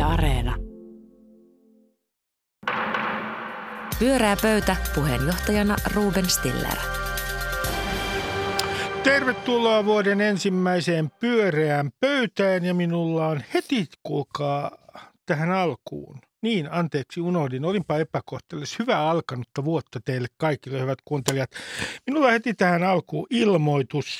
Areena. Pyörää pöytä, puheenjohtajana Ruben Stiller. Tervetuloa vuoden ensimmäiseen pyöreään pöytään ja minulla on heti, kuulkaa, tähän alkuun. Niin, anteeksi, unohdin. Olinpa epäkohteellisesti. Hyvää alkanutta vuotta teille kaikille, hyvät kuuntelijat. Minulla on heti tähän alkuun ilmoitus.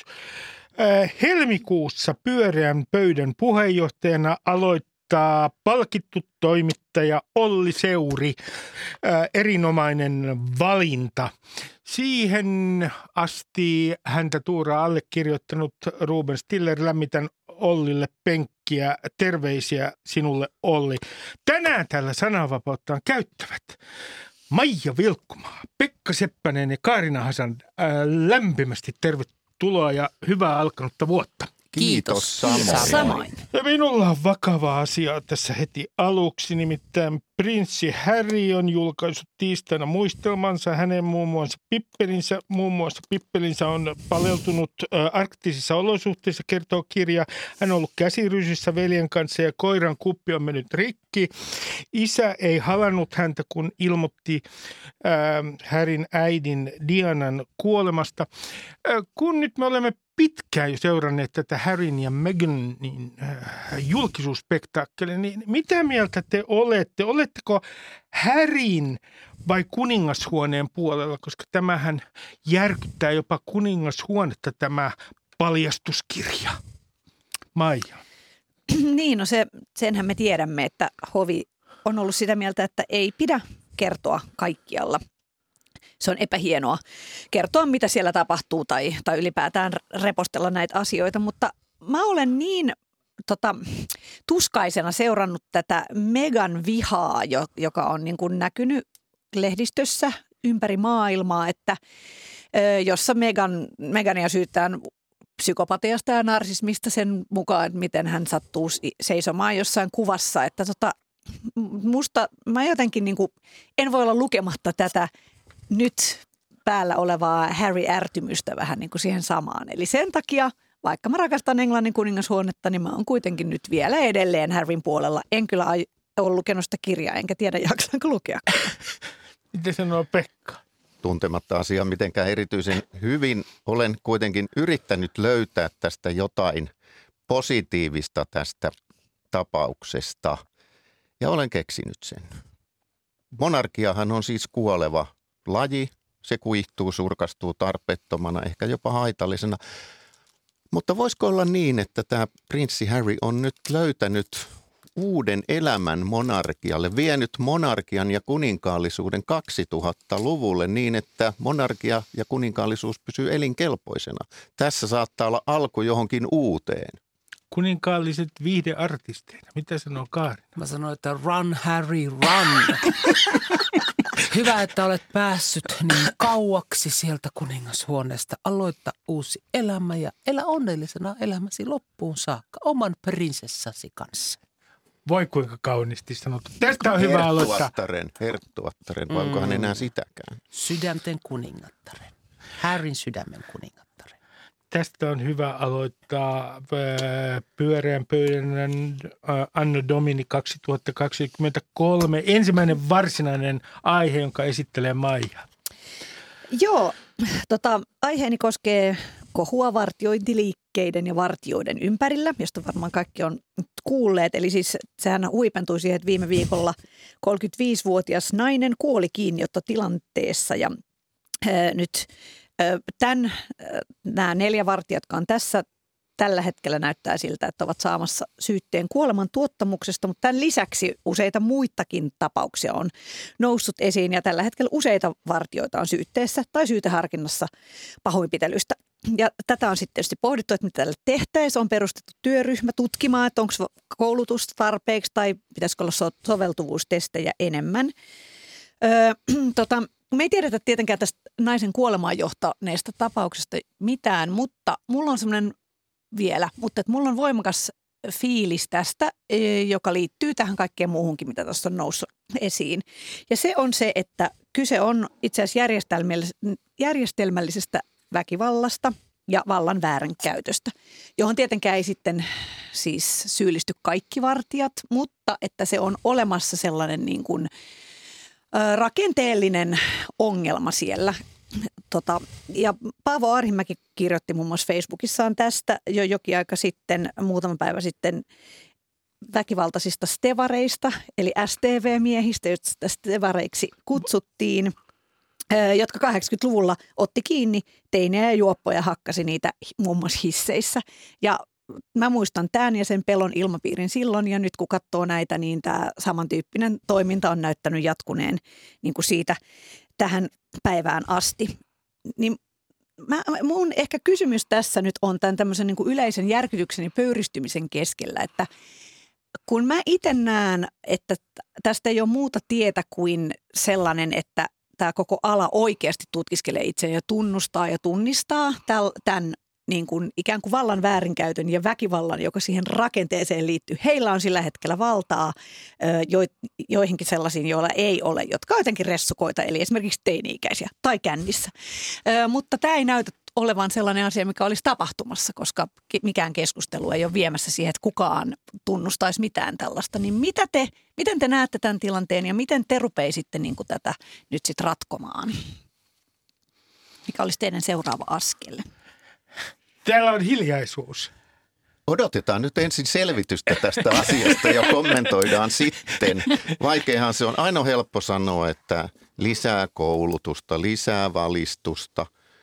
Helmikuussa pyöreän pöydän puheenjohtajana aloittaa palkittu toimittaja Olli Seuri. Erinomainen valinta. Siihen asti häntä tuuraa allekirjoittanut Ruben Stiller. Lämmitän Ollille penkkiä. Terveisiä sinulle, Olli. Tänään tällä sananvapauttaan käyttävät Maija Vilkkumaa, Pekka Seppänen ja Kaarina Hasan. Lämpimästi tervetuloa ja hyvää alkanutta vuotta. Kiitos. Samoin. Ja minulla on vakava asia tässä heti aluksi, nimittäin prinssi Harry on julkaissut tiistaina muistelmansa. Hänen muun muassa Pippelinsä on paleltunut arktisissa olosuhteissa, kertoo kirja. Hän on ollut käsirysissä veljen kanssa ja koiran kuppi on mennyt rikki. Isä ei halannut häntä, kun ilmoitti Harryn äidin Dianan kuolemasta. Kun nyt me olemme pitkään jo seuranneet tätä Harryn ja Meghanin julkisuusspektaakkeliä, niin mitä mieltä te olette? Oletteko Harryn vai kuningashuoneen puolella? Koska tämähän järkyttää jopa kuningashuonetta, tämä paljastuskirja. Maija. Niin, no senhän me tiedämme, että hovi on ollut sitä mieltä, että ei pidä kertoa kaikkialla. Se on epähienoa kertoa, mitä siellä tapahtuu tai ylipäätään repostella näitä asioita, mutta mä olen niin tuskaisena seurannut tätä Meghan vihaa, joka on niin kuin näkynyt lehdistössä ympäri maailmaa, että jossa Meghania syytetään psykopatiasta ja narsismista sen mukaan, että miten hän sattuu seisomaan jossain kuvassa, että mä jotenkin niin kuin, en voi olla lukematta tätä nyt päällä olevaa Harry-ärtymystä vähän niin kuin siihen samaan. Eli sen takia, vaikka mä rakastan Englannin kuningashuonetta, niin mä oon kuitenkin nyt vielä edelleen Harryn puolella. En kyllä ole lukenut sitä kirjaa, enkä tiedä jaksanko lukea. Miten sanoo Pekka? Tuntematta asiaa mitenkään erityisen hyvin, olen kuitenkin yrittänyt löytää tästä jotain positiivista tästä tapauksesta ja olen keksinyt sen. Monarkiahan on siis kuoleva laji, se kuihtuu, surkastuu tarpeettomana, ehkä jopa haitallisena. Mutta voisiko olla niin, että tämä prinssi Harry on nyt löytänyt uuden elämän monarkialle, vienyt monarkian ja kuninkaallisuuden 2000-luvulle niin, että monarkia ja kuninkaallisuus pysyy elinkelpoisena. Tässä saattaa olla alku johonkin uuteen. Kuninkaalliset viihdeartisteina. Mitä sanoo Kaarina? Mä sanoin, että run Harry, run. Hyvä, että olet päässyt niin kauaksi sieltä kuningashuoneesta. Aloita uusi elämä ja elä onnellisena elämäsi loppuun saakka oman prinsessasi kanssa. Voi kuinka kauniisti sanottu. Tästä on hyvä aloittaa. Herttuattaren, vai onkohan enää sitäkään? Sydänten kuningattaren. Harryn sydämen kuningattaren. Tästä on hyvä aloittaa pyöreän pöydän Anno Domini 2023. Ensimmäinen varsinainen aihe, jonka esittelee Maija. Joo, aiheeni koskee kohua vartiointiliikkeiden ja vartijoiden ympärillä, josta varmaan kaikki on kuulleet. Eli siis sehän huipentui siihen, että viime viikolla 35-vuotias nainen kuoli kiinniottotilanteessa ja nyt nämä 4 vartijat, jotka on tällä hetkellä näyttää siltä, että ovat saamassa syytteen kuoleman tuottamuksesta, mutta tämän lisäksi useita muitakin tapauksia on noussut esiin ja tällä hetkellä useita vartijoita on syytteessä tai syyteharkinnassa pahoinpitelystä. Ja tätä on sitten tietysti pohdittu, että mitä tälle tehtäisiin. On perustettu työryhmä tutkimaan, että onko koulutusta tarpeeksi tai pitäisikö olla soveltuvuustestejä enemmän. Me ei tiedetä tietenkään tästä naisen kuolemaan johtaneesta tapauksesta mitään, mutta mulla on semmoinen mutta mulla on voimakas fiilis tästä, joka liittyy tähän kaikkeen muuhunkin, mitä tuossa on noussut esiin. Ja se on se, että kyse on itse asiassa järjestelmällisestä väkivallasta, ja vallan väärinkäytöstä, johon tietenkään ei sitten siis syyllisty kaikki vartijat, mutta että se on olemassa sellainen niin kuin rakenteellinen ongelma siellä. Ja Paavo Arhimäki kirjoitti muun muassa Facebookissaan tästä jo jokin aika sitten, muutama päivä sitten, väkivaltaisista stevareista, eli STV-miehistä, joista stevareiksi kutsuttiin, jotka 80-luvulla otti kiinni teinejä ja juoppoja, hakkasi niitä muun muassa hisseissä. Ja mä muistan tämän ja sen pelon ilmapiirin silloin, ja nyt kun katsoo näitä, niin tämä samantyyppinen toiminta on näyttänyt jatkuneen niin kuin siitä tähän päivään asti. Niin mun ehkä kysymys tässä nyt on tämän tämmöisen niin kuin yleisen järkytyksen ja pöyristymisen keskellä, että kun mä itse näen, että tästä ei ole muuta tietä kuin sellainen, että tämä koko ala oikeasti tutkiskelee itseään ja tunnustaa ja tunnistaa tämän niin kuin ikään kuin vallan väärinkäytön ja väkivallan, joka siihen rakenteeseen liittyy. Heillä on sillä hetkellä valtaa joihinkin sellaisiin, joilla ei ole, jotka on jotenkin ressukoita, eli esimerkiksi teini-ikäisiä tai kännissä. Mutta tämä ei näytä olevan sellainen asia, mikä olisi tapahtumassa, koska mikään keskustelu ei ole viemässä siihen, että kukaan tunnustaisi mitään tällaista. Niin miten te näette tämän tilanteen ja miten te rupeisitte niin kuin tätä nyt sitten ratkomaan? Mikä olisi teidän seuraava askel? Täällä on hiljaisuus. Odotetaan nyt ensin selvitystä tästä asiasta ja kommentoidaan sitten. Vaikeahan se on. Aina helppo sanoa, että lisää koulutusta, lisää valistusta.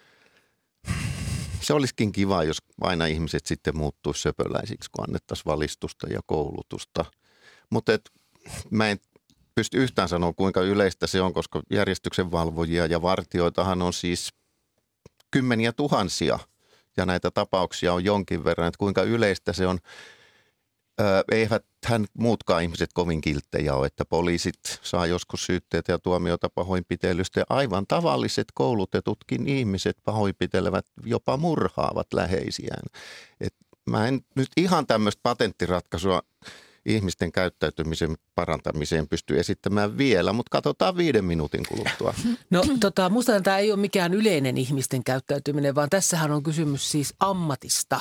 Se olisikin kiva, jos aina ihmiset sitten muuttuisi söpöläisiksi, kun annettaisiin valistusta ja koulutusta. Mutta mä en pysty yhtään sanoa, kuinka yleistä se on, koska järjestyksenvalvojia ja vartijoitahan on siis kymmeniä tuhansia. Ja näitä tapauksia on jonkin verran, että kuinka yleistä se on. Eiväthän muutkaan ihmiset kovin kilttejä ole, että poliisit saa joskus syytteitä ja tuomiota pahoinpitelystä. Ja aivan tavalliset koulutetutkin ihmiset pahoinpitelevät, jopa murhaavat läheisiään. Et mä en nyt ihan tämmöistä patenttiratkaisua ihmisten käyttäytymisen parantamiseen pysty esittämään vielä, mutta katsotaan 5 minuutin kuluttua. No musta tämä ei ole mikään yleinen ihmisten käyttäytyminen, vaan tässähän on kysymys siis ammatista,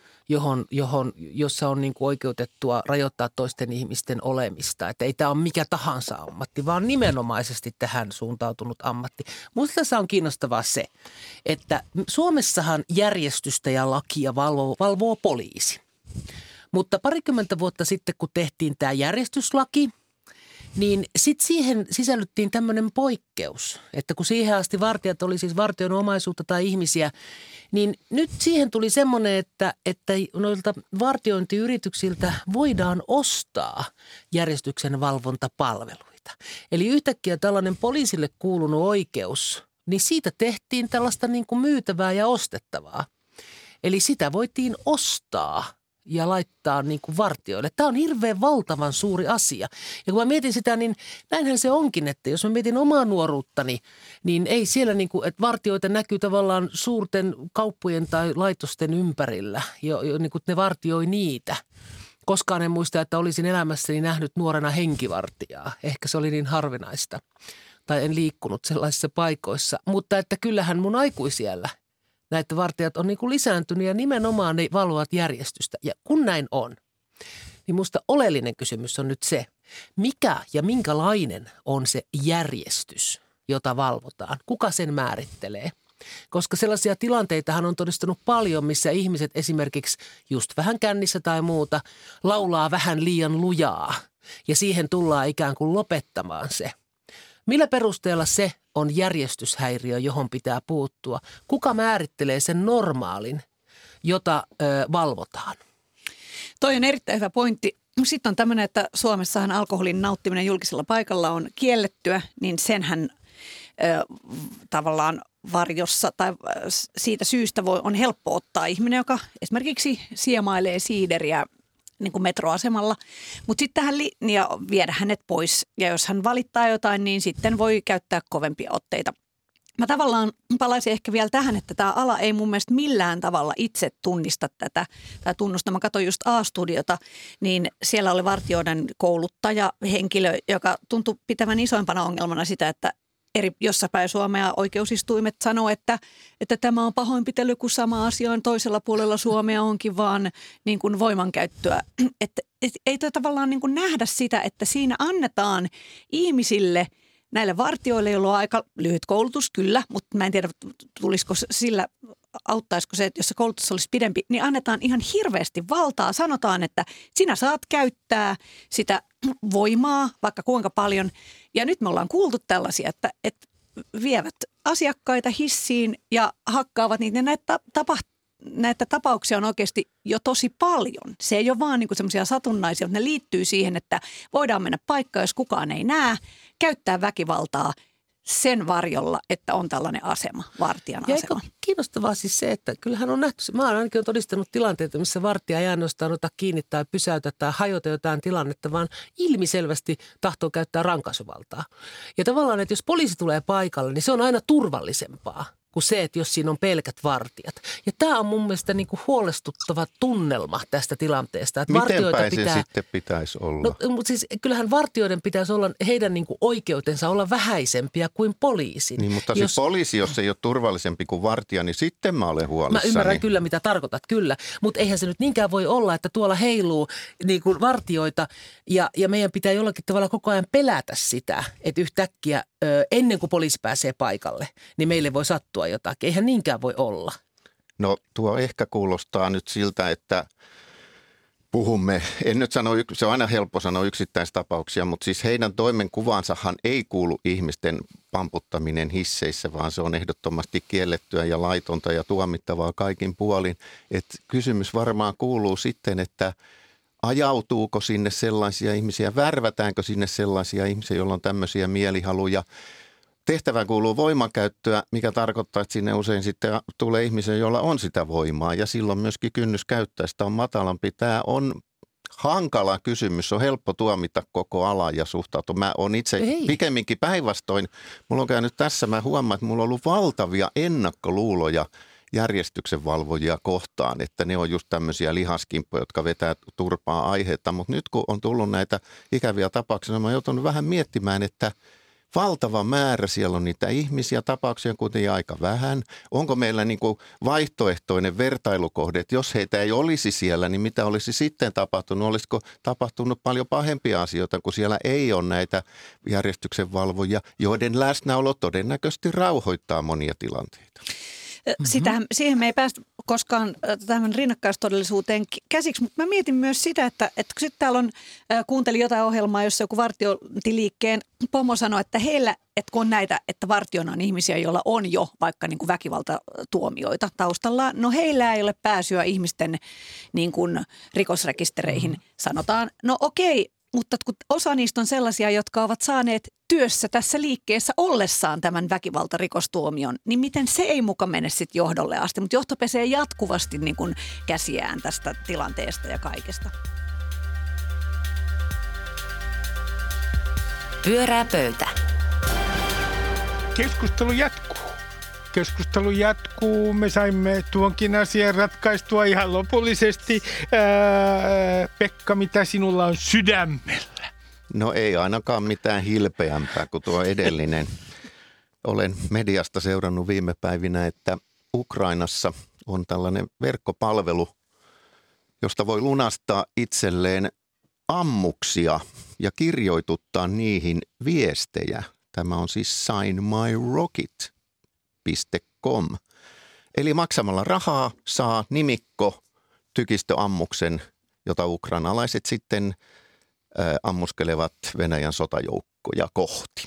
jossa on niin kuin oikeutettua rajoittaa toisten ihmisten olemista. Että ei tämä ole mikä tahansa ammatti, vaan nimenomaisesti tähän suuntautunut ammatti. Musta tässä on kiinnostavaa se, että Suomessahan järjestystä ja lakia valvoo poliisi. Mutta 20 vuotta sitten, kun tehtiin tämä järjestyslaki, niin sitten siihen sisällyttiin tämmöinen poikkeus, että kun siihen asti vartijat oli siis vartijon omaisuutta tai ihmisiä, niin nyt siihen tuli semmoinen, että noilta vartiointiyrityksiltä voidaan ostaa järjestyksen valvontapalveluita. Eli yhtäkkiä tällainen poliisille kuulunut oikeus, niin siitä tehtiin tällaista niin kuin myytävää ja ostettavaa. Eli sitä voitiin ostaa ja laittaa niin kuin vartijoille. Tämä on hirveän valtavan suuri asia. Ja kun mä mietin sitä, niin näinhän se onkin, että jos mä mietin omaa nuoruuttani, niin ei siellä niin kuin, että vartijoita näkyy tavallaan suurten kauppojen tai laitosten ympärillä, niin kuin ne vartioi niitä. Koskaan en muista, että olisin elämässäni nähnyt nuorena henkivartijaa. Ehkä se oli niin harvinaista. Tai en liikkunut sellaisissa paikoissa. Mutta että kyllähän mun aikuisiällä näitä vartijat on niin kuin lisääntynyt ja nimenomaan ne valvovat järjestystä. Ja kun näin on, niin musta oleellinen kysymys on nyt se, mikä ja minkälainen on se järjestys, jota valvotaan. Kuka sen määrittelee? Koska sellaisia tilanteitahan on todistanut paljon, missä ihmiset esimerkiksi just vähän kännissä tai muuta laulaa vähän liian lujaa ja siihen tullaan ikään kuin lopettamaan se. Millä perusteella se on järjestyshäiriö, johon pitää puuttua? Kuka määrittelee sen normaalin, jota valvotaan? Toi on erittäin hyvä pointti. Sitten on tämmöinen, että Suomessahan alkoholin nauttiminen julkisella paikalla on kiellettyä, niin senhän tavallaan varjossa tai siitä syystä on helppo ottaa ihminen, joka esimerkiksi siemailee siideriä niin kuin metroasemalla, mutta sitten ja viedä hänet pois. Ja jos hän valittaa jotain, niin sitten voi käyttää kovempia otteita. Mä tavallaan palaisin ehkä vielä tähän, että tämä ala ei mun mielestä millään tavalla itse tunnista tätä tai tunnusta. Mä katsoin just A-studiota, niin siellä oli vartijoiden kouluttaja, henkilö, joka tuntui pitävän isoimpana ongelmana sitä, että jossain päin Suomea oikeusistuimet sanoo, että tämä on pahoinpitely, kun sama asia on toisella puolella Suomea onkin vaan niin kuin voimankäyttöä. Että ei tavallaan niin kuin nähdä sitä, että siinä annetaan ihmisille, näille vartijoille, joilla on aika lyhyt koulutus, kyllä, mutta mä en tiedä, tulisiko sillä, auttaisiko se, että jos se koulutus olisi pidempi, niin annetaan ihan hirveästi valtaa. Sanotaan, että sinä saat käyttää sitä voimaa vaikka kuinka paljon. Ja nyt me ollaan kuultu tällaisia, että vievät asiakkaita hissiin ja hakkaavat niitä. Näitä tapauksia on oikeasti jo tosi paljon. Se ei ole vaan niin kuin semmoisia satunnaisia, mutta ne liittyy siihen, että voidaan mennä paikkaan, jos kukaan ei näe, käyttää väkivaltaa sen varjolla, että on tällainen asema, vartijan asema. Ja kiinnostavaa siis se, että kyllähän on nähty, mä olen ainakin todistanut tilanteita, missä vartija ei ainoastaan ota kiinni tai pysäytä tai hajota jotain tilannetta, vaan ilmiselvästi tahtoo käyttää rankaisuvaltaa. Ja tavallaan, että jos poliisi tulee paikalle, niin se on aina turvallisempaa kuin se, että jos siinä on pelkät vartijat. Ja tämä on mun mielestä niin kuin huolestuttava tunnelma tästä tilanteesta. Että miten päin se sitten pitäisi olla? No, mutta siis kyllähän vartijoiden pitäisi olla, heidän niin kuin oikeutensa olla vähäisempiä kuin poliisin. Niin, mutta siis poliisi, jos ei ole turvallisempi kuin vartija, niin sitten mä olen huolissani. Mä ymmärrän kyllä, mitä tarkoitat, kyllä. Mutta eihän se nyt niinkään voi olla, että tuolla heiluu niin kuin vartijoita ja meidän pitää jollakin tavalla koko ajan pelätä sitä, että yhtäkkiä ennen kuin poliisi pääsee paikalle, niin meille voi sattua jotakin. Eihän niinkään voi olla. No tuo ehkä kuulostaa nyt siltä, että puhumme, en nyt sano, se on aina helppo sanoa yksittäistapauksia, mutta siis heidän toimenkuvaansahan ei kuulu ihmisten pamputtaminen hisseissä, vaan se on ehdottomasti kiellettyä ja laitonta ja tuomittavaa kaikin puolin. Et kysymys varmaan kuuluu sitten, että ajautuuko sinne sellaisia ihmisiä, värvätäänkö sinne sellaisia ihmisiä, joilla on tämmöisiä mielihaluja. Tehtävään kuuluu voimankäyttöä, mikä tarkoittaa, että sinne usein sitten tulee ihmisiä, joilla on sitä voimaa ja silloin myöskin kynnys käyttää sitä on matalampi. Tämä on hankala kysymys, on helppo tuomita koko ala ja suhtautua. Mä oon itse pikemminkin päinvastoin. Mulla on käynyt tässä, mä huomaan, että mulla on ollut valtavia ennakkoluuloja järjestyksenvalvojia kohtaan, että ne on just tämmöisiä lihaskimppoja, jotka vetää turpaa aiheetta. Mutta nyt kun on tullut näitä ikäviä tapauksia, mä oon joutunut vähän miettimään, että valtava määrä, siellä on niitä ihmisiä, tapauksia on kuitenkin aika vähän. Onko meillä niin kuin vaihtoehtoinen vertailukohde, että jos heitä ei olisi siellä, niin mitä olisi sitten tapahtunut? Olisiko tapahtunut paljon pahempia asioita, kun siellä ei ole näitä järjestyksenvalvojia, joiden läsnäolo todennäköisesti rauhoittaa monia tilanteita? Siihen me ei päästä koskaan tämän rinnakkaistodellisuuteen käsiksi, mutta mä mietin myös sitä, että kun sitten täällä on, kuuntelin jotain ohjelmaa, jossa joku vartiointiliikkeen pomo sanoi, että heillä, että kun on näitä, että vartiona on ihmisiä, joilla on jo vaikka niin kuin väkivaltatuomioita taustallaan, no heillä ei ole pääsyä ihmisten niin kuin rikosrekistereihin, sanotaan. No okei, mutta kun osa niistä on sellaisia, jotka ovat saaneet työssä tässä liikkeessä ollessaan tämän väkivaltarikostuomion, niin miten se ei muka mene sitten johdolle asti, mutta johto pesee jatkuvasti niin kuin käsiään tästä tilanteesta ja kaikesta. Pyörää pöytä. Keskustelu jatkuu. Me saimme tuonkin asian ratkaistua ihan lopullisesti. Pekka, mitä sinulla on sydämellä? No ei ainakaan mitään hilpeämpää kuin tuo edellinen. Olen mediasta seurannut viime päivinä, että Ukrainassa on tällainen verkkopalvelu, josta voi lunastaa itselleen ammuksia ja kirjoituttaa niihin viestejä. Tämä on siis signmyrocket.com. Eli maksamalla rahaa saa nimikko tykistöammuksen, jota ukrainalaiset sitten ammuskelevat Venäjän sotajoukkoja kohti.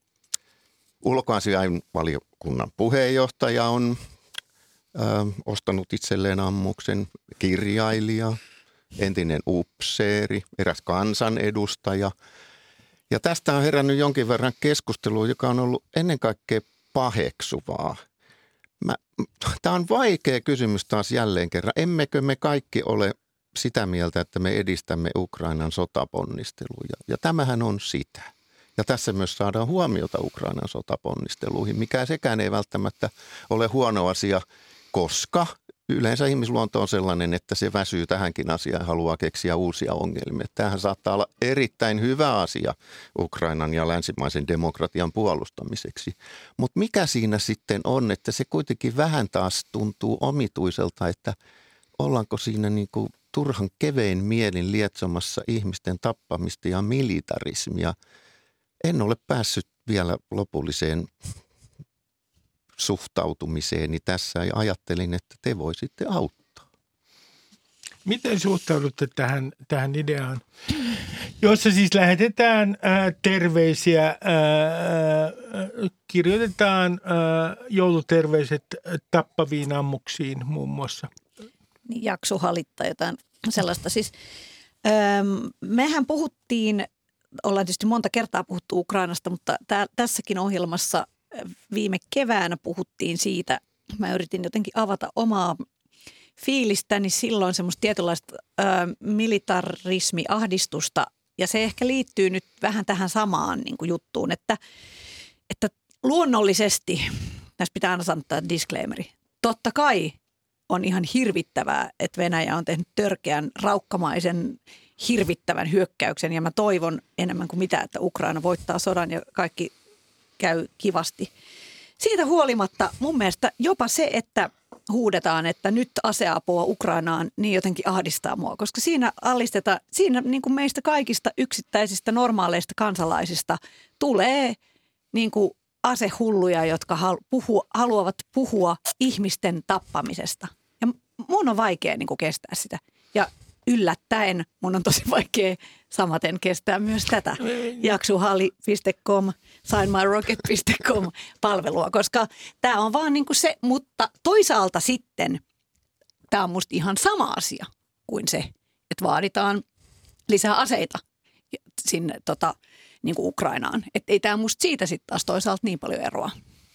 Ulkoasiainvaliokunnan puheenjohtaja on ostanut itselleen ammuksen, kirjailija, entinen upseeri, eräs kansanedustaja. Ja tästä on herännyt jonkin verran keskustelua, joka on ollut ennen kaikkea paheksuvaa. Tämä on vaikea kysymys taas jälleen kerran. Emmekö me kaikki ole sitä mieltä, että me edistämme Ukrainan sotaponnisteluja? Ja tämähän on sitä. Ja tässä myös saadaan huomiota Ukrainan sotaponnisteluihin, mikä sekään ei välttämättä ole huono asia, koska yleensä ihmisluonto on sellainen, että se väsyy tähänkin asiaan ja haluaa keksiä uusia ongelmia. Tämähän saattaa olla erittäin hyvä asia Ukrainan ja länsimaisen demokratian puolustamiseksi. Mutta mikä siinä sitten on, että se kuitenkin vähän taas tuntuu omituiselta, että ollaanko siinä niin kuin turhan kevein mielin lietsomassa ihmisten tappamista ja militarismia. En ole päässyt vielä lopulliseen suhtautumiseeni tässä ja ajattelin, että te voisitte auttaa. Miten suhtaudutte tähän ideaan, jossa siis lähetetään terveisiä, kirjoitetaan jouluterveiset tappaviin ammuksiin muun muassa? Jaksuhalitta jotain sellaista. Siis, mehän ollaan tietysti monta kertaa puhuttu Ukrainasta, mutta tässäkin ohjelmassa viime keväänä puhuttiin siitä. Mä yritin jotenkin avata omaa fiilistäni silloin semmoista tietynlaista militarismiahdistusta. Ja se ehkä liittyy nyt vähän tähän samaan niin kuin juttuun, että luonnollisesti, tässä pitää aina sanoa disclaimeri, totta kai on ihan hirvittävää, että Venäjä on tehnyt törkeän, raukkamaisen, hirvittävän hyökkäyksen. Ja mä toivon enemmän kuin mitä, että Ukraina voittaa sodan ja kaikki käy kivasti. Siitä huolimatta mun mielestä jopa se, että huudetaan, että nyt aseapua Ukrainaan, niin jotenkin ahdistaa mua. Koska siinä niin kuin meistä kaikista yksittäisistä normaaleista kansalaisista tulee niin kuin asehulluja, jotka haluavat puhua ihmisten tappamisesta. Ja mun on vaikea niin kuin kestää sitä. Ja yllättäen mun on tosi vaikea samaten kestää myös tätä jaksuhalli.com, signmyrocket.com palvelua, koska tämä on vaan niin kuin se, mutta toisaalta sitten tämä on musta ihan sama asia kuin se, että vaaditaan lisää aseita sinne niin kuin Ukrainaan. Että ei tämä musta siitä sitten taas toisaalta niin paljon eroa.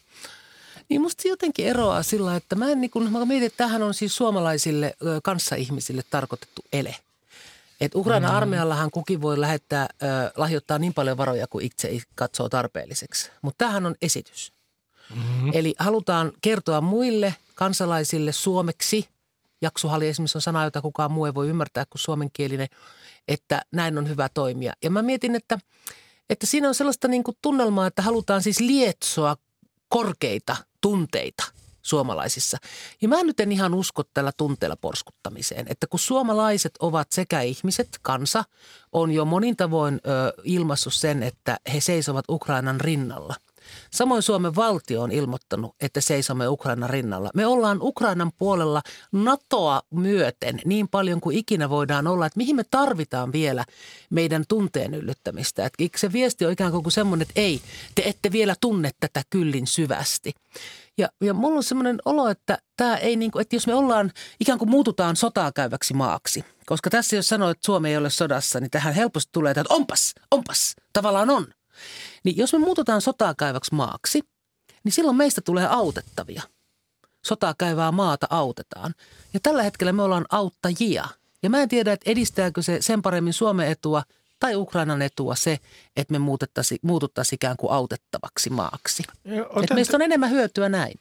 Niin musta se jotenkin eroaa sillä, että mä mietin, että tämähän on siis suomalaisille kanssaihmisille tarkoitettu ele. Että Ukrainan armeijallahan kukin voi lahjoittaa niin paljon varoja kuin itse katsoo tarpeelliseksi. Mutta tämähän on esitys. Eli halutaan kertoa muille kansalaisille suomeksi. Jaksuhalli esimerkiksi on sana, jota kukaan muu ei voi ymmärtää kuin suomenkielinen, että näin on hyvä toimia. Ja mä mietin, että siinä on sellaista niin kuin tunnelmaa, että halutaan siis lietsoa korkeita tunteita suomalaisissa. Ja mä nyt en ihan usko tällä tunteella porskuttamiseen, että kun suomalaiset ovat sekä ihmiset, kansa, on jo monin tavoin ilmaissut sen, että he seisovat Ukrainan rinnalla. Samoin Suomen valtio on ilmoittanut, että seisomme Ukrainan rinnalla. Me ollaan Ukrainan puolella NATOa myöten niin paljon kuin ikinä voidaan olla, että mihin me tarvitaan vielä meidän tunteen yllyttämistä. Että se viesti on ikään kuin semmoinen, että ei, te ette vielä tunne tätä kyllin syvästi. Ja mulla on semmoinen olo, että tämä ei niin kuin, että jos me ollaan ikään kuin muututaan sotaa käyväksi maaksi, koska tässä jos sanoo, että Suomi ei ole sodassa, niin tähän helposti tulee, että onpas, tavallaan on. Niin jos me muututaan sotaa käyväksi maaksi, niin silloin meistä tulee autettavia. Sotaa käyvää maata autetaan. Ja tällä hetkellä me ollaan auttajia. Ja mä en tiedä, että edistääkö se sen paremmin Suomen etua tai Ukrainan etua se, että me muututtaisiin ikään kuin autettavaksi maaksi. Että meistä on enemmän hyötyä näin.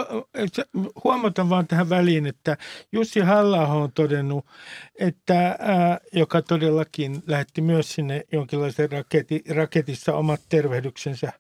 Huomataan vaan tähän väliin, että Jussi Halla-aho on todennut, että joka todellakin lähetti myös sinne jonkinlaisen raketissa omat tervehdyksensä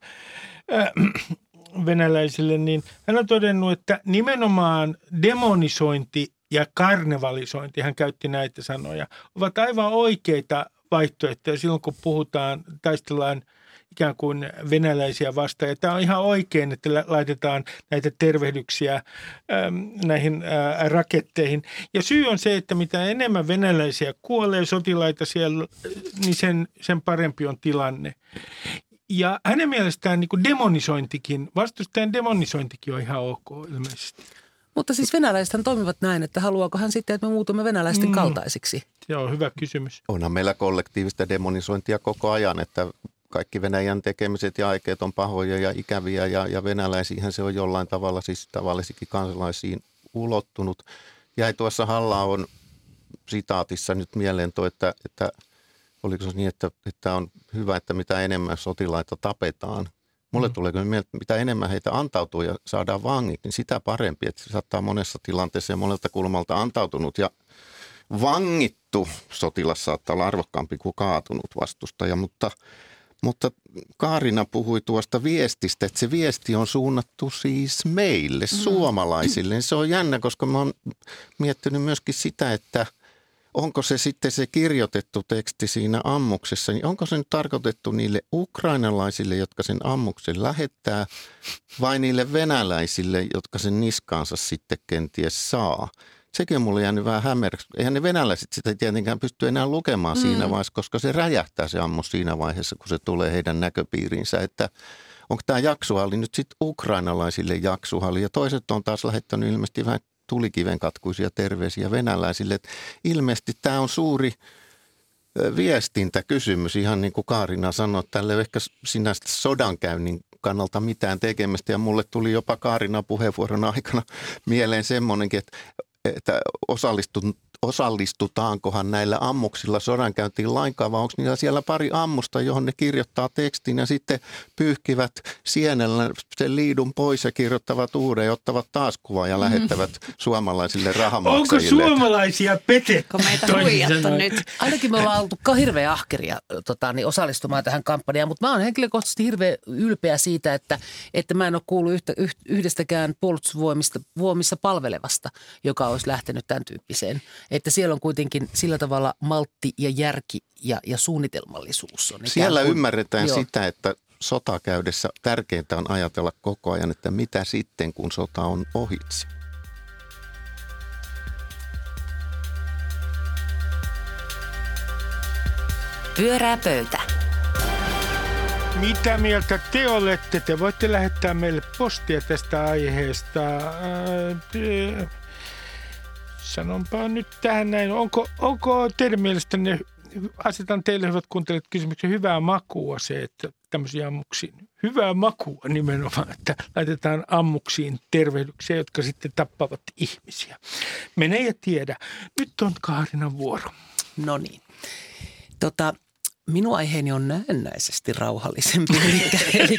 venäläisille, niin hän on todennut, että nimenomaan demonisointi ja karnevalisointi, hän käytti näitä sanoja, ovat aivan oikeita vaihtoehtoja silloin, kun taistellaan ikään kuin venäläisiä vastaan. Ja tämä on ihan oikein, että laitetaan näitä tervehdyksiä näihin raketteihin. Ja syy on se, että mitä enemmän venäläisiä kuolee sotilaita siellä, niin sen parempi on tilanne. Ja hänen mielestään niin kuin demonisointikin, vastustajan demonisointikin on ihan ok ilmeisesti. Mutta siis venäläisethän toimivat näin, että haluaako hän sitten, että me muutumme venäläisten kaltaisiksi? Se on hyvä kysymys. Onhan meillä kollektiivista demonisointia koko ajan, että kaikki Venäjän tekemiset ja aikeet on pahoja ja ikäviä ja venäläisiinhän se on jollain tavalla siis tavallisikin kansalaisiin ulottunut. Jäi tuossa Halla-ahon sitaatissa nyt mieleen että oliko se niin, että on hyvä, että mitä enemmän sotilaita tapetaan, Mulle tulee kyllä mieltä, että mitä enemmän heitä antautuu ja saadaan vangit, niin sitä parempi. Että se saattaa monessa tilanteessa ja monelta kulmalta antautunut ja vangittu sotilas saattaa olla arvokkaampi kuin kaatunut vastustaja, mutta Kaarina puhui tuosta viestistä, että se viesti on suunnattu siis meille, suomalaisille. Se on jännä, koska mä oon miettinyt myöskin sitä, että onko se sitten se kirjoitettu teksti siinä ammuksessa, niin onko se nyt tarkoitettu niille ukrainalaisille, jotka sen ammuksen lähettää, vai niille venäläisille, jotka sen niskaansa sitten kenties saa? Sekin on mulle jäänyt vähän hämärräksi. Eihän ne venäläiset sitä tietenkään pysty enää lukemaan siinä vaiheessa, koska se räjähtää se ammus siinä vaiheessa, kun se tulee heidän näköpiiriinsä. Että onko tämä jaksuhalli nyt sitten ukrainalaisille jaksuhalli ja toiset on taas lähettänyt ilmeisesti vähän tulikivenkatkuisia terveisiä venäläisille. Että ilmeisesti tämä on suuri viestintäkysymys, ihan niin kuin Kaarina sanoi, että tälle ehkä sinänsä sodankäynnin kannalta mitään tekemistä. Ja mulle tuli jopa Kaarina puheenvuoron aikana mieleen semmoinenkin, että osallistutaankohan näillä ammuksilla sodankäyntiin lainkaan, vai onko niillä siellä pari ammusta, johon ne kirjoittaa tekstin ja sitten pyyhkivät sienellä sen liidun pois ja kirjoittavat uuden ja ottavat taas kuvan ja lähettävät suomalaisille rahamaksajille. Onko suomalaisia petetty? Meitä huijattu nyt. Ainakin me ollaan oltu hirveän ahkeria niin osallistumaan tähän kampanjaan, mutta mä oon henkilökohtaisesti hirveän ylpeä siitä, että mä en ole kuullut yhdestäkään puolustusvoimissa palvelevasta, joka olisi lähtenyt tämän tyyppiseen. Että siellä on kuitenkin sillä tavalla maltti ja järki ja suunnitelmallisuus. On siellä ymmärretään sitä, että sota käydessä tärkeintä on ajatella koko ajan, että mitä sitten, kun sota on ohitse. Pyörää pöytä. Mitä mieltä te olette? Te voitte lähettää meille postia tästä aiheesta. Sanonpa nyt tähän näin. Onko teidän mielestänne, asetan teille hyvät kuuntelijat kysymyksen, hyvää makua se, että tämmöisiä ammuksiin, hyvää makua nimenomaan, että laitetaan ammuksiin tervehdyksiä, jotka sitten tappavat ihmisiä. Mene ja tiedä. Nyt on Kaarinan vuoro. No niin. Minun aiheeni on näennäisesti rauhallisempi. Eli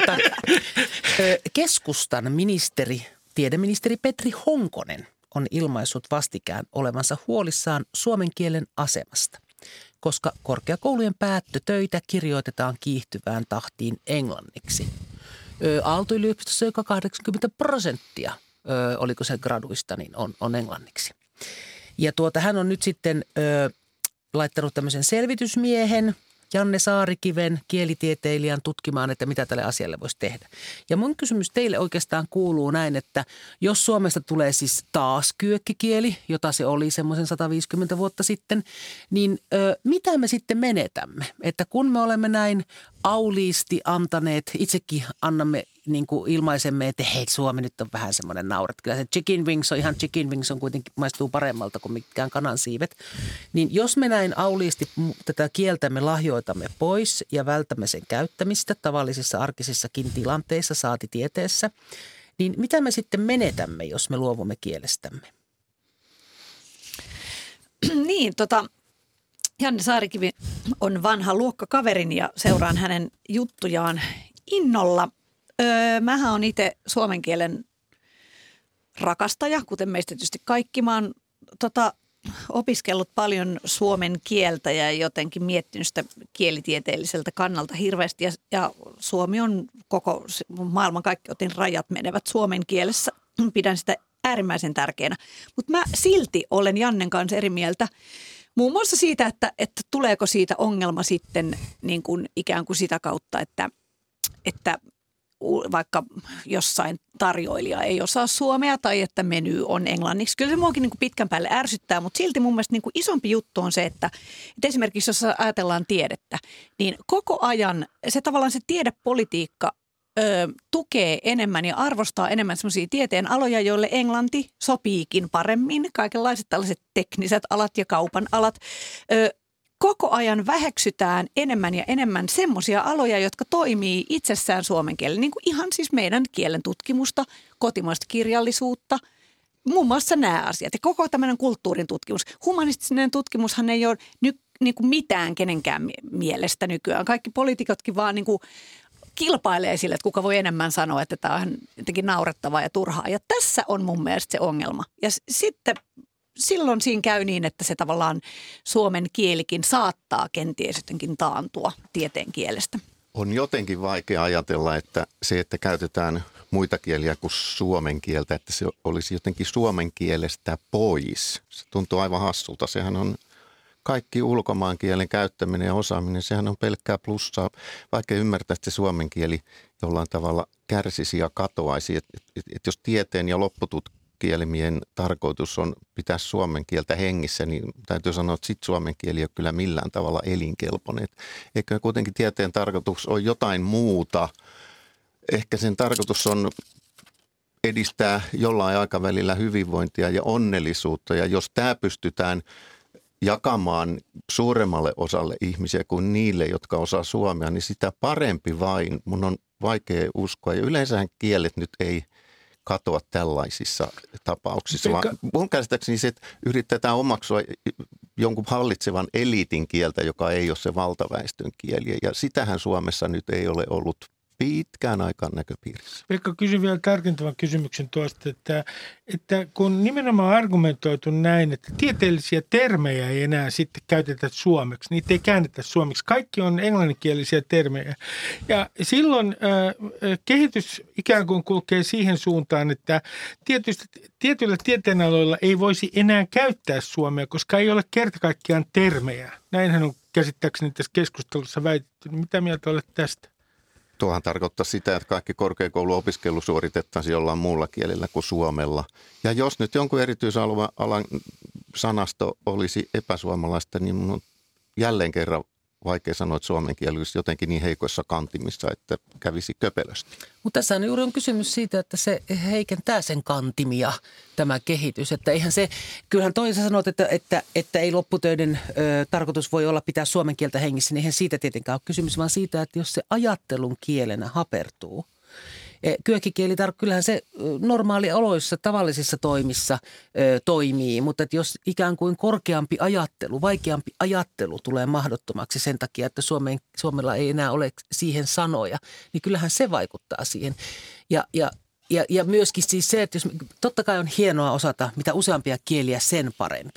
keskustan tiedeministeri Petri Honkonen on ilmaissut vastikään olevansa huolissaan suomen kielen asemasta, koska korkeakoulujen päättötöitä kirjoitetaan kiihtyvään tahtiin englanniksi. Aalto-yliopistossa joka 80%, oliko se graduista, niin on englanniksi. Ja hän on nyt sitten laittanut tämmöisen selvitysmiehen, Janne Saarikiven, kielitieteilijän, tutkimaan, että mitä tälle asialle voisi tehdä. Ja mun kysymys teille oikeastaan kuuluu näin, että jos Suomesta tulee siis taas kyökkikieli, jota se oli semmoisen 150 vuotta sitten, niin mitä me sitten menetämme? Että kun me olemme näin auliisti antaneet, itsekin annamme niin kuin ilmaisemme, että hei, Suomi nyt on vähän semmoinen nauret. Kyllä se chicken wings on kuitenkin maistuu paremmalta kuin mitkään kanansiivet. Niin jos me näin auliisti tätä kieltämme lahjoitamme pois ja vältämme sen käyttämistä tavallisissa arkisissakin tilanteissa, saati tieteessä, niin mitä me sitten menetämme, jos me luovumme kielestämme? Niin, Janne Saarikivi on vanha luokkakaverini ja seuraan hänen juttujaan innolla. Mähän on itse suomen kielen rakastaja, kuten meistä tietysti kaikki. Mä oon opiskellut paljon suomen kieltä ja jotenkin miettinyt sitä kielitieteelliseltä kannalta hirveästi. Ja Suomi on koko maailman kaikki rajat menevät suomen kielessä. Pidän sitä äärimmäisen tärkeänä. Mutta mä silti olen Jannen kanssa eri mieltä. Muun muassa siitä, että tuleeko siitä ongelma sitten niin kuin ikään kuin sitä kautta, että vaikka jossain tarjoilija ei osaa suomea tai että meny on englanniksi. Kyllä se muakin niin kuin pitkän päälle ärsyttää, mutta silti mun mielestä niin kuin isompi juttu on se, että esimerkiksi jos ajatellaan tiedettä, niin koko ajan se tiedepolitiikka tukee enemmän ja arvostaa enemmän semmoisia tieteen aloja, joille englanti sopiikin paremmin. Kaikenlaiset tällaiset tekniset alat ja kaupan alat. Koko ajan väheksytään enemmän ja enemmän semmoisia aloja, jotka toimii itsessään suomen kielellä. Niin kuin ihan siis meidän kielen tutkimusta, kotimaista kirjallisuutta, muun muassa nämä asiat. Ja koko tämmöinen kulttuurin tutkimus. Humanistinen tutkimushan ei ole niin kuin mitään kenenkään mielestä nykyään. Kaikki poliitikotkin vaan niin kuin kilpailee sille, että kuka voi enemmän sanoa, että tämä on jotenkin naurettavaa ja turhaa. Ja tässä on mun mielestä se ongelma. Ja sitten silloin siinä käy niin, että se tavallaan suomen kielikin saattaa kenties jotenkin taantua tieteen kielestä. On jotenkin vaikea ajatella, että se, että käytetään muita kieliä kuin suomen kieltä, että se olisi jotenkin suomen kielestä pois. Se tuntuu aivan hassulta. Sehän on kaikki ulkomaan kielen käyttäminen ja osaaminen, sehän on pelkkää plussaa. Vaikka ymmärtää, että se suomen kieli jollain tavalla kärsisi ja katoaisi. Että jos tieteen ja loppututkielmien tarkoitus on pitää suomen kieltä hengissä, niin täytyy sanoa, että sitten suomen kieli ei ole kyllä millään tavalla elinkelpoinen. Eikö kuitenkin tieteen tarkoitus ole jotain muuta? Ehkä sen tarkoitus on edistää jollain aikavälillä hyvinvointia ja onnellisuutta. Ja jos tämä pystytään jakamaan suuremmalle osalle ihmisiä kuin niille, jotka osaa suomea, niin sitä parempi vain. Mun on vaikea uskoa. Ja yleensähän kielet nyt ei katoa tällaisissa tapauksissa. Vaan mun käsittääkseni se, että yritetään omaksua jonkun hallitsevan eliitin kieltä, joka ei ole se valtaväestön kieli. Ja sitähän Suomessa nyt ei ole ollut pitkään aikaan näköpiirissä. Pekka, kysyn vielä tarkentavan kysymyksen tuosta, että kun nimenomaan argumentoitu näin, että tieteellisiä termejä ei enää sitten käytetä suomeksi, niitä ei käännetä suomeksi. Kaikki on englanninkielisiä termejä. Ja silloin kehitys ikään kuin kulkee siihen suuntaan, että tietyillä tieteenaloilla ei voisi enää käyttää suomea, koska ei ole kerta kaikkiaan termejä. Näinhän on käsittääkseni tässä keskustelussa väitetty. Mitä mieltä olet tästä? Tuohan tarkoittaa sitä, että kaikki korkeakouluopiskelu suoritettaisiin jollain muulla kielellä kuin suomella. Ja jos nyt jonkun erityisalan sanasto olisi epäsuomalaista, niin mun on jälleen kerran vaikea sanoa, että suomen kieli olisi jotenkin niin heikoissa kantimissa, että kävisi köpelösti. Mutta tässä on juuri kysymys siitä, että se heikentää sen kantimia, tämä kehitys. Että eihän se, kyllähän toisaalta sanot, että ei lopputöiden tarkoitus voi olla pitää suomen kieltä hengissä, niin eihän siitä tietenkään ole kysymys, vaan siitä, että jos se ajattelun kielenä hapertuu. Kyökkikieli, kyllähän se normaalioloissa, tavallisissa toimissa toimii, mutta että jos ikään kuin korkeampi ajattelu, vaikeampi ajattelu tulee mahdottomaksi sen takia, että Suomella ei enää ole siihen sanoja, niin kyllähän se vaikuttaa siihen. Ja myöskin siis se, että jos, totta kai on hienoa osata, mitä useampia kieliä, sen parempi,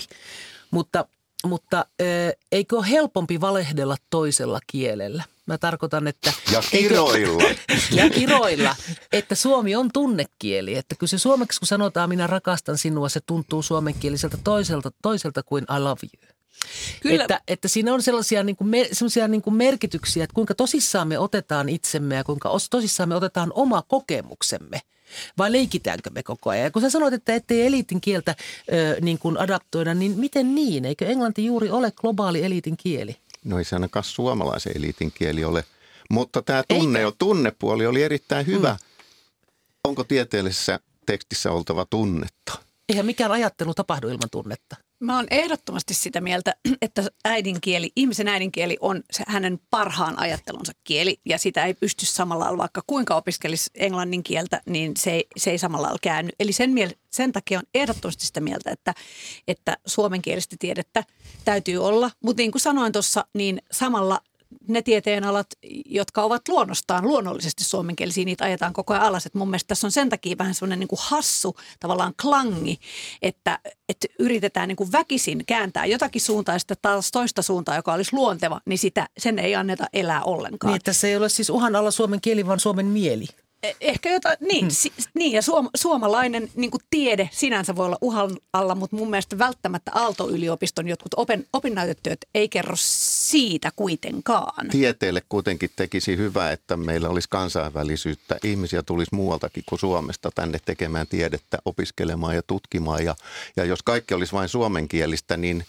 mutta eikö ole helpompi valehdella toisella kielellä? Mä tarkoitan, että... Ja kiroilla. Ja kiroilla, että suomi on tunnekieli. Että kyllä se suomeksi, kun sanotaan minä rakastan sinua, se tuntuu suomenkieliseltä toiselta kuin I love you. Kyllä. Että siinä on sellaisia niin kuin merkityksiä, että kuinka tosissaan me otetaan itsemme ja kuinka tosissaan me otetaan oma kokemuksemme. Vai leikitäänkö me koko ajan? Ja kun sä sanoit, että ettei eliitin kieltä niin kuin adaptoida, niin miten niin? Eikö englanti juuri ole globaali eliitin kieli? No ei se ainakaan suomalaisen eliitin kieli ole, mutta tämä tunnepuoli oli erittäin hyvä. Onko tieteellisessä tekstissä oltava tunnetta? Eihän mikään ajattelu tapahdu ilman tunnetta. Mä oon ehdottomasti sitä mieltä, että ihmisen äidinkieli on hänen parhaan ajattelunsa kieli ja sitä ei pysty samalla lailla, vaikka kuinka opiskelisi englannin kieltä, niin se ei samalla lailla käänny. Eli sen takia on ehdottomasti sitä mieltä, että suomenkielistä tiedettä täytyy olla, mutta niin kuin sanoin tuossa, niin samalla ne tieteenalat, jotka ovat luonnostaan luonnollisesti suomenkielisiä, niitä ajetaan koko ajan alas. Et mun mielestä tässä on sen takia vähän semmoinen niin kuin hassu tavallaan klangi, että yritetään niin kuin väkisin kääntää jotakin suuntaa ja sitten taas toista suuntaa, joka olisi luonteva, niin sen ei anneta elää ollenkaan. Niin, että se ei ole siis uhan alla suomen kieli, vaan suomen mieli. Ehkä jotain, niin ja suomalainen niin kuin tiede sinänsä voi olla uhan alla, mutta mun mielestä välttämättä Aalto-yliopiston jotkut opinnäytetyöt ei kerro siitä kuitenkaan. Tieteelle kuitenkin tekisi hyvää, että meillä olisi kansainvälisyyttä. Ihmisiä tulisi muualtakin kuin Suomesta tänne tekemään tiedettä, opiskelemaan ja tutkimaan. Ja jos kaikki olisi vain suomenkielistä, niin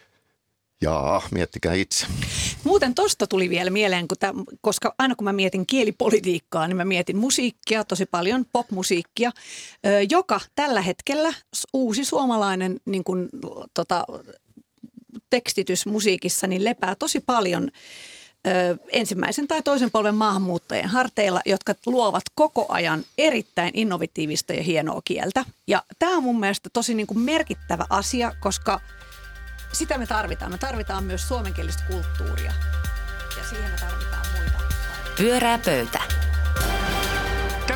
miettikää itse. Muuten tosta tuli vielä mieleen, koska aina kun mä mietin kielipolitiikkaa, niin mä mietin musiikkia, tosi paljon popmusiikkia, joka tällä hetkellä uusi suomalainen niin kuin, tekstitys musiikissa niin lepää tosi paljon ensimmäisen tai toisen polven maahanmuuttajien harteilla, jotka luovat koko ajan erittäin innovatiivista ja hienoa kieltä. Ja tämä on mun mielestä tosi niin kuin merkittävä asia, koska sitä me tarvitaan. Me tarvitaan myös suomenkielistä kulttuuria ja siihen me tarvitaan muita. Pyörää pöytä.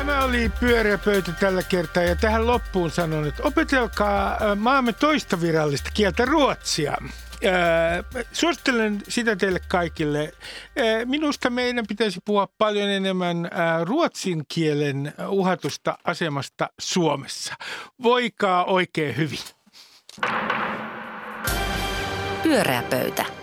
Tämä oli Pyöreä pöytä tällä kertaa ja tähän loppuun sanon, että opetelkaa maamme toista virallista kieltä ruotsia. Suosittelen sitä teille kaikille. Minusta meidän pitäisi puhua paljon enemmän ruotsin kielen uhatusta asemasta Suomessa. Voikaa oikein hyvin. Pyöreä pöytä.